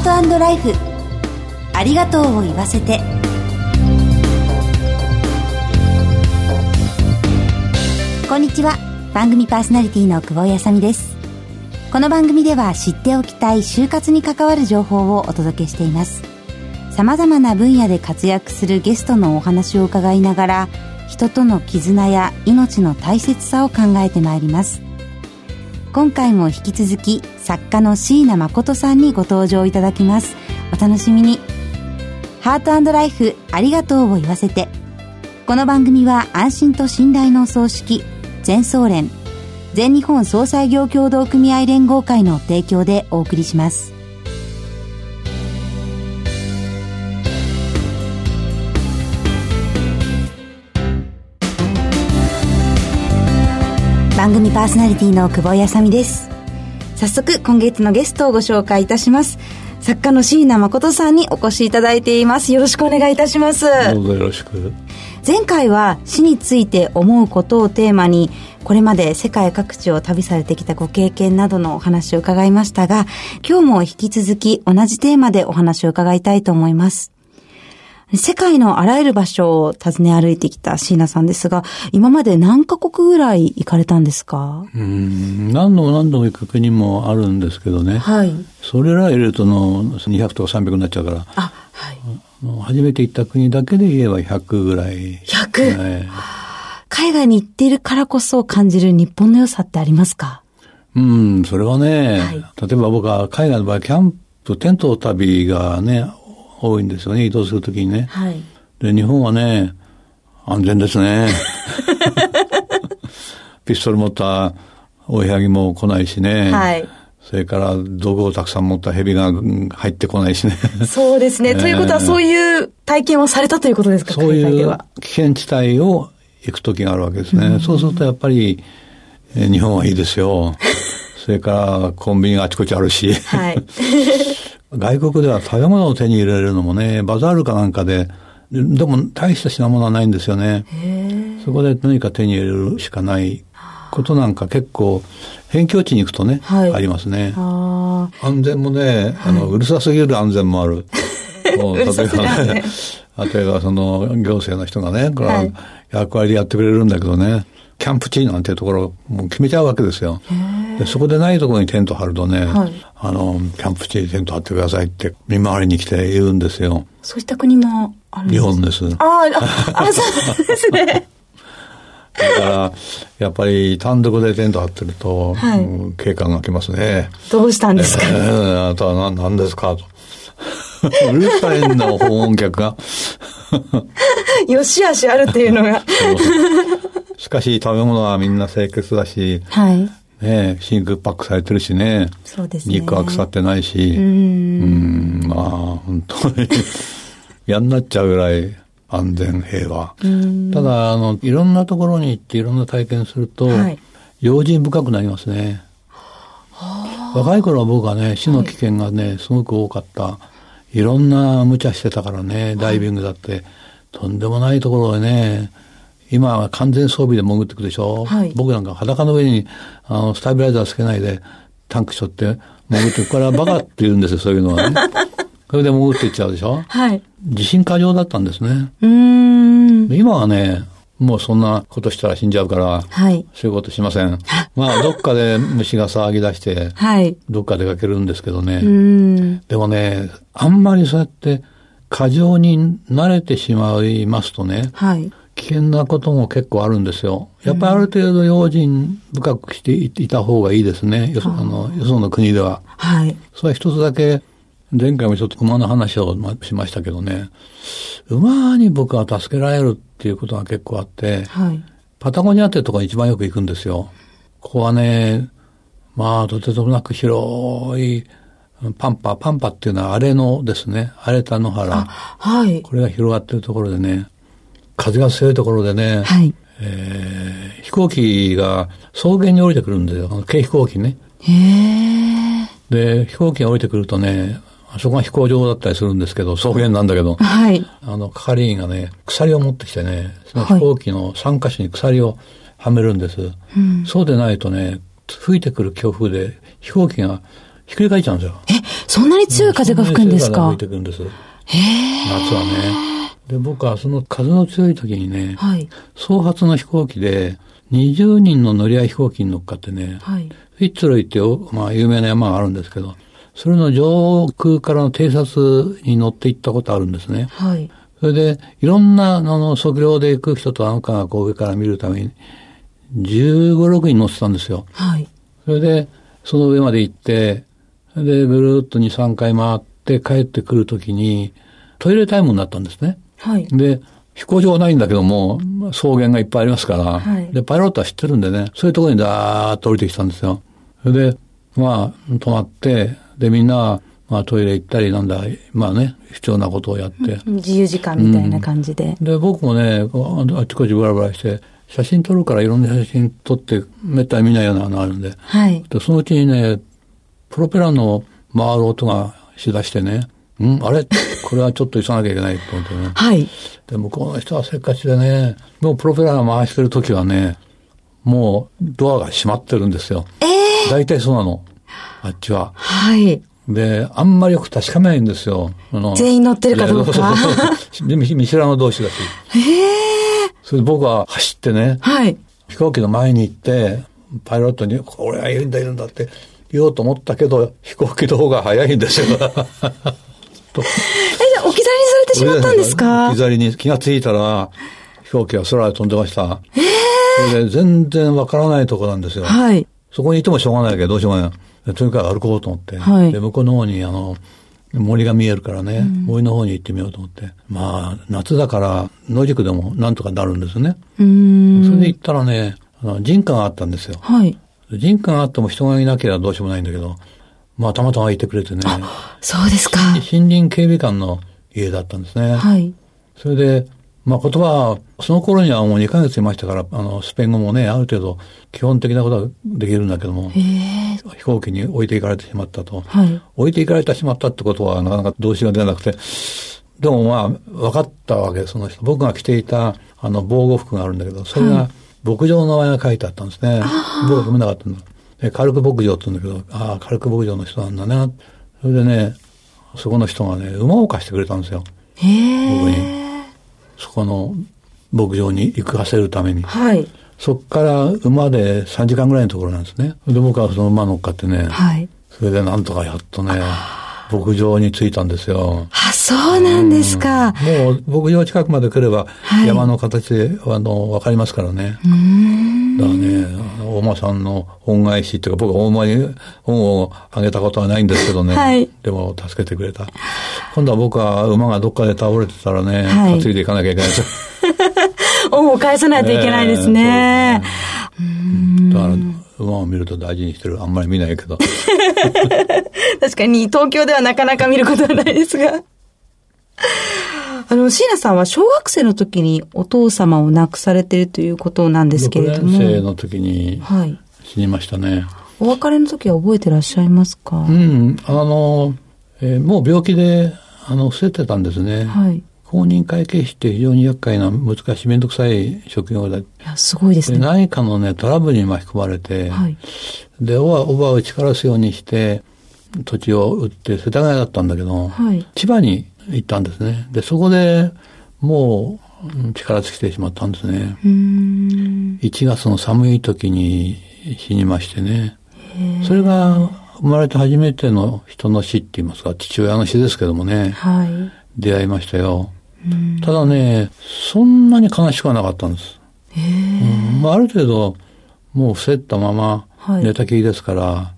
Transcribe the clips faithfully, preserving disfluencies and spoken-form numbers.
ート&ライフ、ありがとうを言わせて。こんにちは、番組パーソナリティの久保井あさみです。この番組では知っておきたい就活に関わる情報をお届けしています。様々な分野で活躍するゲストのお話を伺いながら、人との絆や命の大切さを考えてまいります。今回も引き続き作家の椎名誠さんにご登場いただきます。お楽しみに。ハート&ライフ、ありがとうを言わせて。この番組は安心と信頼の葬式全総連全日本総裁業協同組合連合会の提供でお送りします。番組パーソナリティの久保井あさみです。早速今月のゲストをご紹介いたします。作家の椎名誠さんにお越しいただいています。よろしくお願いいたします。 どうぞよろしく。 前回は死について思うことをテーマに、これまで世界各地を旅されてきたご経験などのお話を伺いましたが、今日も引き続き同じテーマでお話を伺いたいと思います。世界のあらゆる場所を訪ね歩いてきた椎名さんですが、今まで何カ国ぐらい行かれたんですか？ うーん何度も何度も行く国もあるんですけどね、はい、それら入れるとのにひゃくとかさんびゃくになっちゃうから、あ、はい、初めて行った国だけで言えばひゃくぐらい。ひゃく、ね、 海外に行っているからこそ感じる日本の良さってありますか？ うん、それはね、はい、例えば僕は海外の場合キャンプテント旅がね多いんですよね、移動するときにね、はい、で日本はね安全ですねピストル持った追いはぎも来ないしね、はい、それから道具をたくさん持った蛇が入ってこないしねそうですね、えー、ということはそういう体験をされたということですか？ そういう危険地帯を行くときがあるわけですね、うん、そうするとやっぱり、えー、日本はいいですよそれからコンビニがあちこちあるし、はい外国では食べ物を手に入れるのもね、バザールかなんかで、でも大した品物はないんですよね。そこで何か手に入れるしかないことなんか結構、辺境地に行くとね、はい、ありますね。あ安全もね、あの、はい、うるさすぎる安全もある。もう例えばね、例えばその行政の人がね、これは役割でやってくれるんだけどね、キャンプ地なんていうところもう決めちゃうわけですよ。でそこでないところにテント張るとね、はい、あのキャンプ地にテント張ってくださいって見回りに来て言うんですよ。 そういった国もあるんですか？日本です。 ああ、そうですね。 だからやっぱり単独でテント張ってると、はい、うん、警官が来ますね。 どうしたんですか？ えー、あなたは何、何ですかと。うるさいんだ訪問客が。 よしあしあるっていうのが。 しかし食べ物はみんな清潔だし、はい、ね、真空パックされてるしね。そうですね。肉は腐ってないし、うーん、まあ本当に嫌になっちゃうぐらい安全平和。ただあのいろんなところに行っていろんな体験すると、はい、用心深くなりますね。若い頃は僕はね死の危険がね、はい、すごく多かった。いろんな無茶してたからね、ダイビングだって、はい、とんでもないところへね、今は完全装備で潜ってくでしょ、はい、僕なんか裸の上にあのスタビライザーつけないでタンク背負って潜ってこれはバカって言うんですよそういうのはねそれで潜っていっちゃうでしょ、はい、自信過剰だったんですね。うーん今はねもうそんなことしたら死んじゃうから、はい、そういうことしません。まあどっかで虫が騒ぎ出して、はい、どっか出かけるんですけどね。うーんでもねあんまりそうやって過剰に慣れてしまいますとね、はい、危険なことも結構あるんですよ。やっぱりある程度用心深くしていた方がいいですね。よそ、あの、よその国では。はい。それは一つだけ、前回もちょっと馬の話をしましたけどね、馬に僕は助けられるっていうことが結構あって、はい、パタゴニアっていうところに一番よく行くんですよ。ここはね、まあ、とてつもなく広い、パンパ、パンパっていうのは荒れのですね、荒れた野原。はい。これが広がってるところでね、風が強いところでね、はい、えー、飛行機が草原に降りてくるんですよ。軽飛行機ね。へー。で、飛行機が降りてくるとね、あそこが飛行場だったりするんですけど、草原なんだけど、はい。あの、係員がね、鎖を持ってきてね、その飛行機のさんかしょに鎖をはめるんです。はい、そうでないとね、吹いてくる強風で飛行機がひっくり返っちゃうんですよ。 え、そんなに強い風が吹くんですか？ うん、そんなに強い風が吹いてくるんです。へー。夏はね。で、僕はその風の強い時にね、はい、総発の飛行機でにじゅうにんの乗り合い飛行機に乗っかってね、はい、フィッツロイってまあ有名な山があるんですけど、それの上空からの偵察に乗って行ったことあるんですね。はい。それで、いろんな、あの、測量で行く人とあの科学を上から見るために、じゅうご、ろくにん乗ってたんですよ。はい。それで、その上まで行って、で、ぐるーっとに、さんかい回って帰ってくるときに、トイレタイムになったんですね。はい。で、飛行場はないんだけども、草原がいっぱいありますから、はい。で、パイロットは知ってるんでね、そういうところにダーッと降りてきたんですよ。それで、まあ、止まって、で、みんな、まあトイレ行ったりなんだ、まあね、必要なことをやって。 自由時間みたいな感じで。 うん、で、僕もね、あっちこっちブラブラして、写真撮るからいろんな写真撮って、めったに見ないようなのがあるんで。はい。で、そのうちにね、プロペラの回る音がしだしてね、んあれこれはちょっと急がなきゃいけないと思ってね。はい。で、向こうの人はせっかちでね、もうプロペラが回してる時はね、もうドアが閉まってるんですよ。ええー。大体そうなの。あっちは。はい。で、あんまりよく確かめないんですよ。あの全員乗ってるかどうか。 見知らぬ同士だし。へえ。それで僕は走ってね、はい。飛行機の前に行って、パイロットに、これはいるんだいるんだって言おうと思ったけど、飛行機の方が早いんですよ。え、じゃあ置き去りにされてしまったんですか？ 置き去りに気がついたら、飛行機は空で飛んでました。へえ。それで全然わからないとこなんですよ。はい。そこにいてもしょうがないけど、どうしようがない。とにかく歩こうと思って、はい、で向こうの方にあの森が見えるからね、うん、森の方に行ってみようと思って、まあ夏だから野宿でもなんとかなるんですね。うーん、それで行ったらね、あの人家があったんですよ。はい、人家があっても人がいなければどうしようもないんだけど、まあたまたまいてくれてね。 あ、そうですか。 森林警備官の家だったんですね。はい。それでまあ言葉は、その頃にはもうにかげついましたから、あの、スペイン語もね、ある程度基本的なことはできるんだけども、飛行機に置いていかれてしまったと。はい、置いていかれてしまったってことはなかなか動詞が出なくて、でもまあ、分かったわけです、その人。僕が着ていた、あの、防護服があるんだけど、それが、牧場の名前が書いてあったんですね。はい、僕は読めなかったんだ。で、カルク牧場って言うんだけど、ああ、カルク牧場の人なんだね。それでね、そこの人がね、馬を貸してくれたんですよ。へー。僕に。そこの牧場に行かせるために。はい。そっから馬でさんじかんぐらいのところなんですね。で、僕はその馬乗っかってね。はい。それでなんとかやっとね、牧場に着いたんですよ。 あ、そうなんですか。 もう牧場近くまで来れば、はい、山の形で、あの、わかりますからね。うーん。だからね、お馬さんの恩返しっていうか、僕はお馬に恩をあげたことはないんですけどね。はい。でも助けてくれた。今度は僕は馬がどっかで倒れてたらね、はい、担いでいかなきゃいけないです。 恩を返さないといけないですね。 えー、うねだから馬を見ると大事にしてる。あんまり見ないけど。 確かに東京ではなかなか見ることはないですが。あの、椎名さんは小学生の時にお父様を亡くされているということなんですけれども。 ろくねん生の時に死にましたね。はい、 お別れの時は覚えてらっしゃいますか？ うん、あの、えー、もう病気で、あの、伏せてたんですね。はい。公認会計士って非常に厄介な難しいめんどくさい職業だ。いや、すごいですね。 で何かのね、トラブルに巻き込まれて、はい、で、おば、おばを打ちからすようにして、土地を売って世田谷だったんだけど、はい、千葉に行ったんですね。で、そこでもう力尽きてしまったんですね。うーんいちがつの寒い時に死にましてね。それが生まれて初めての人の死って言いますか、父親の死ですけどもね。はい、出会いましたよ。ただね、そんなに悲しくはなかったんです。へうんまあ、ある程度、もう伏せったまま寝たきりですから、はい、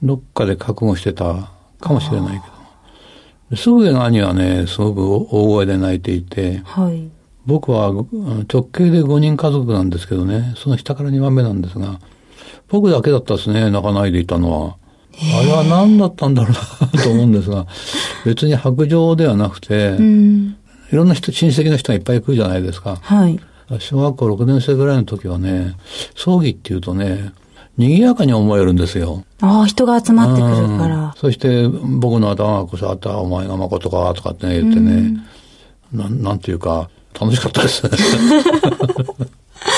どっかで覚悟してたかもしれないけど。すぐ上の兄はね、すごく大声で泣いていて、はい、僕は直系でごにん家族なんですけどね、その下からにばんめなんですが、僕だけだったですね、泣かないでいたのは。あれは何だったんだろうなと思うんですが、別に白状ではなくて、うん、いろんな人、親戚の人がいっぱい来るじゃないですか。はい。小学校ろくねん生ぐらいの時はね、葬儀っていうとね、賑やかに思えるんですよ。 ああ、人が集まってくるから。うん、 そして僕の頭がこそあったお前が誠かとかってね言ってね、うん、な, なんていうか楽しかったですね。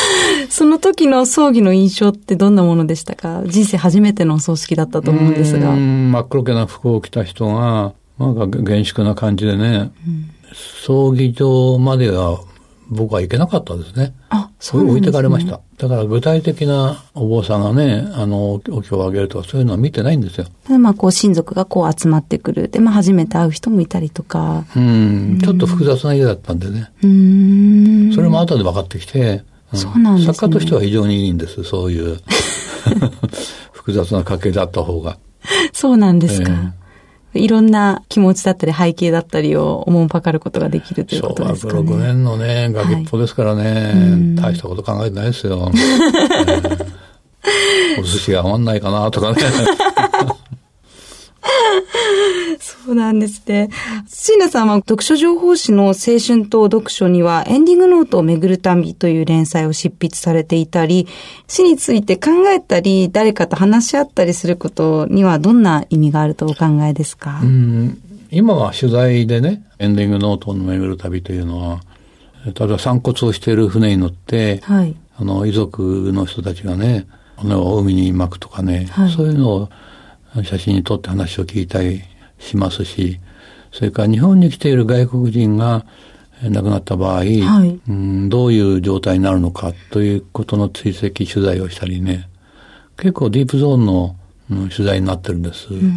その時の葬儀の印象ってどんなものでしたか？人生初めてのお葬式だったと思うんですが。 うん、真っ黒けな服を着た人が、なんか厳粛な感じでね、うん、葬儀場までは僕は行けなかったですね。 あ、そうなんですね。 置いてかれました。だから具体的なお坊さんがね、あの、お経をあげるとかそういうのは見てないんですよ。 まあこう親族がこう集まってくる。で、まあ初めて会う人もいたりとか。 うん、ちょっと複雑な家だったんでね。 うん。 それも後で分かってきて、 うん、そうなんですね。 作家としては非常にいいんです。そういう複雑な家系だった方が。そうなんですか。えーいろんな気持ちだったり背景だったりをおもんぱかることができるということですかね。 しょうわろくねんのね、ガキっぽですからね、はい、大したこと考えてないですよ。えー、お寿司が余んないかなとかね。 そうなんですね。椎名さんは読書情報誌の青春と読書にはエンディングノートを巡る旅という連載を執筆されていたり、死について考えたり誰かと話し合ったりすることにはどんな意味があるとお考えですか？ うん、今は取材でね、エンディングノートの巡る旅というのは、ただ散骨をしている船に乗って、はい、あの遺族の人たちがね、骨を海に撒くとかね、はい、そういうのを写真に撮って話を聞いたりしますし、それから日本に来ている外国人が亡くなった場合、はい、うん、どういう状態になるのかということの追跡取材をしたりね、結構ディープゾーンの、うん、取材になってるんです、うん、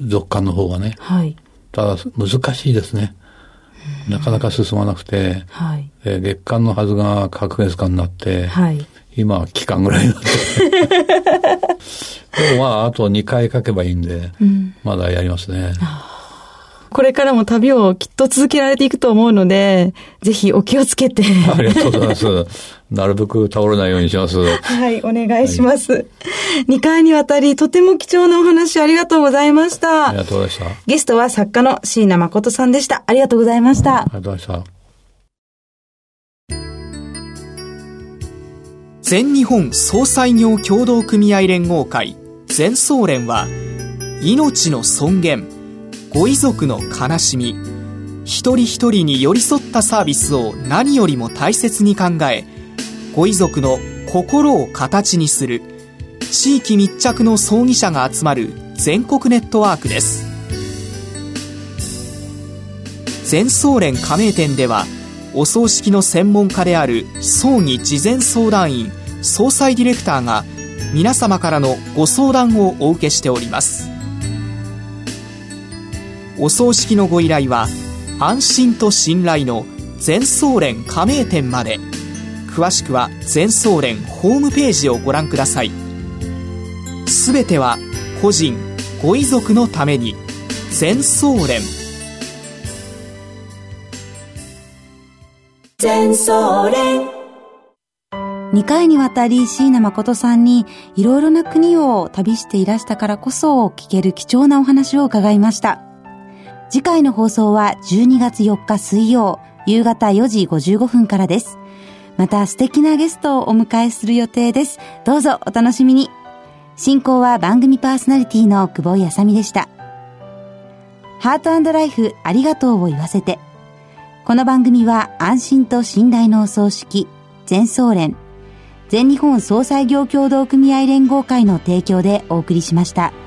続刊の方がね、はい、ただ難しいですね、なかなか進まなくて、はい、え月刊のはずが隔月刊になって、はい、今は期間ぐらいになってでもまああとにかい書けばいいんで、うん、まだやりますね。 これからも旅をきっと続けられていくと思うので、ぜひお気をつけて。 ありがとうございます。なるべく倒れないようにします。 はい、お願いします。はい、にかいにわたりとても貴重なお話ありがとうございました。 ありがとうございました。 ゲストは作家の椎名誠さんでした。ありがとうございました。 ありがとうございました。 全日本総裁業協同組合連合会全総連は、命の尊厳、ご遺族の悲しみ、一人一人に寄り添ったサービスを何よりも大切に考え、ご遺族の心を形にする地域密着の葬儀社が集まる全国ネットワークです。全総連加盟店では、お葬式の専門家である葬儀事前相談員、総裁ディレクターが皆様からのご相談をお受けしております。お葬式のご依頼は安心と信頼の全総連加盟店まで。詳しくは全総連ホームページをご覧ください。すべては個人ご遺族のために。全総連。 全総連。にかいにわたり椎名誠さんにいろいろな国を旅していらしたからこそ聞ける貴重なお話を伺いました。次回の放送はじゅうにがつよっか水曜夕方よじごじゅうごふんからです。また素敵なゲストをお迎えする予定です。どうぞお楽しみに。進行は番組パーソナリティの久保井あさみでした。ハート&ライフありがとうを言わせて。この番組は安心と信頼のお葬式全総連全日本総裁業協同組合連合会の提供でお送りしました。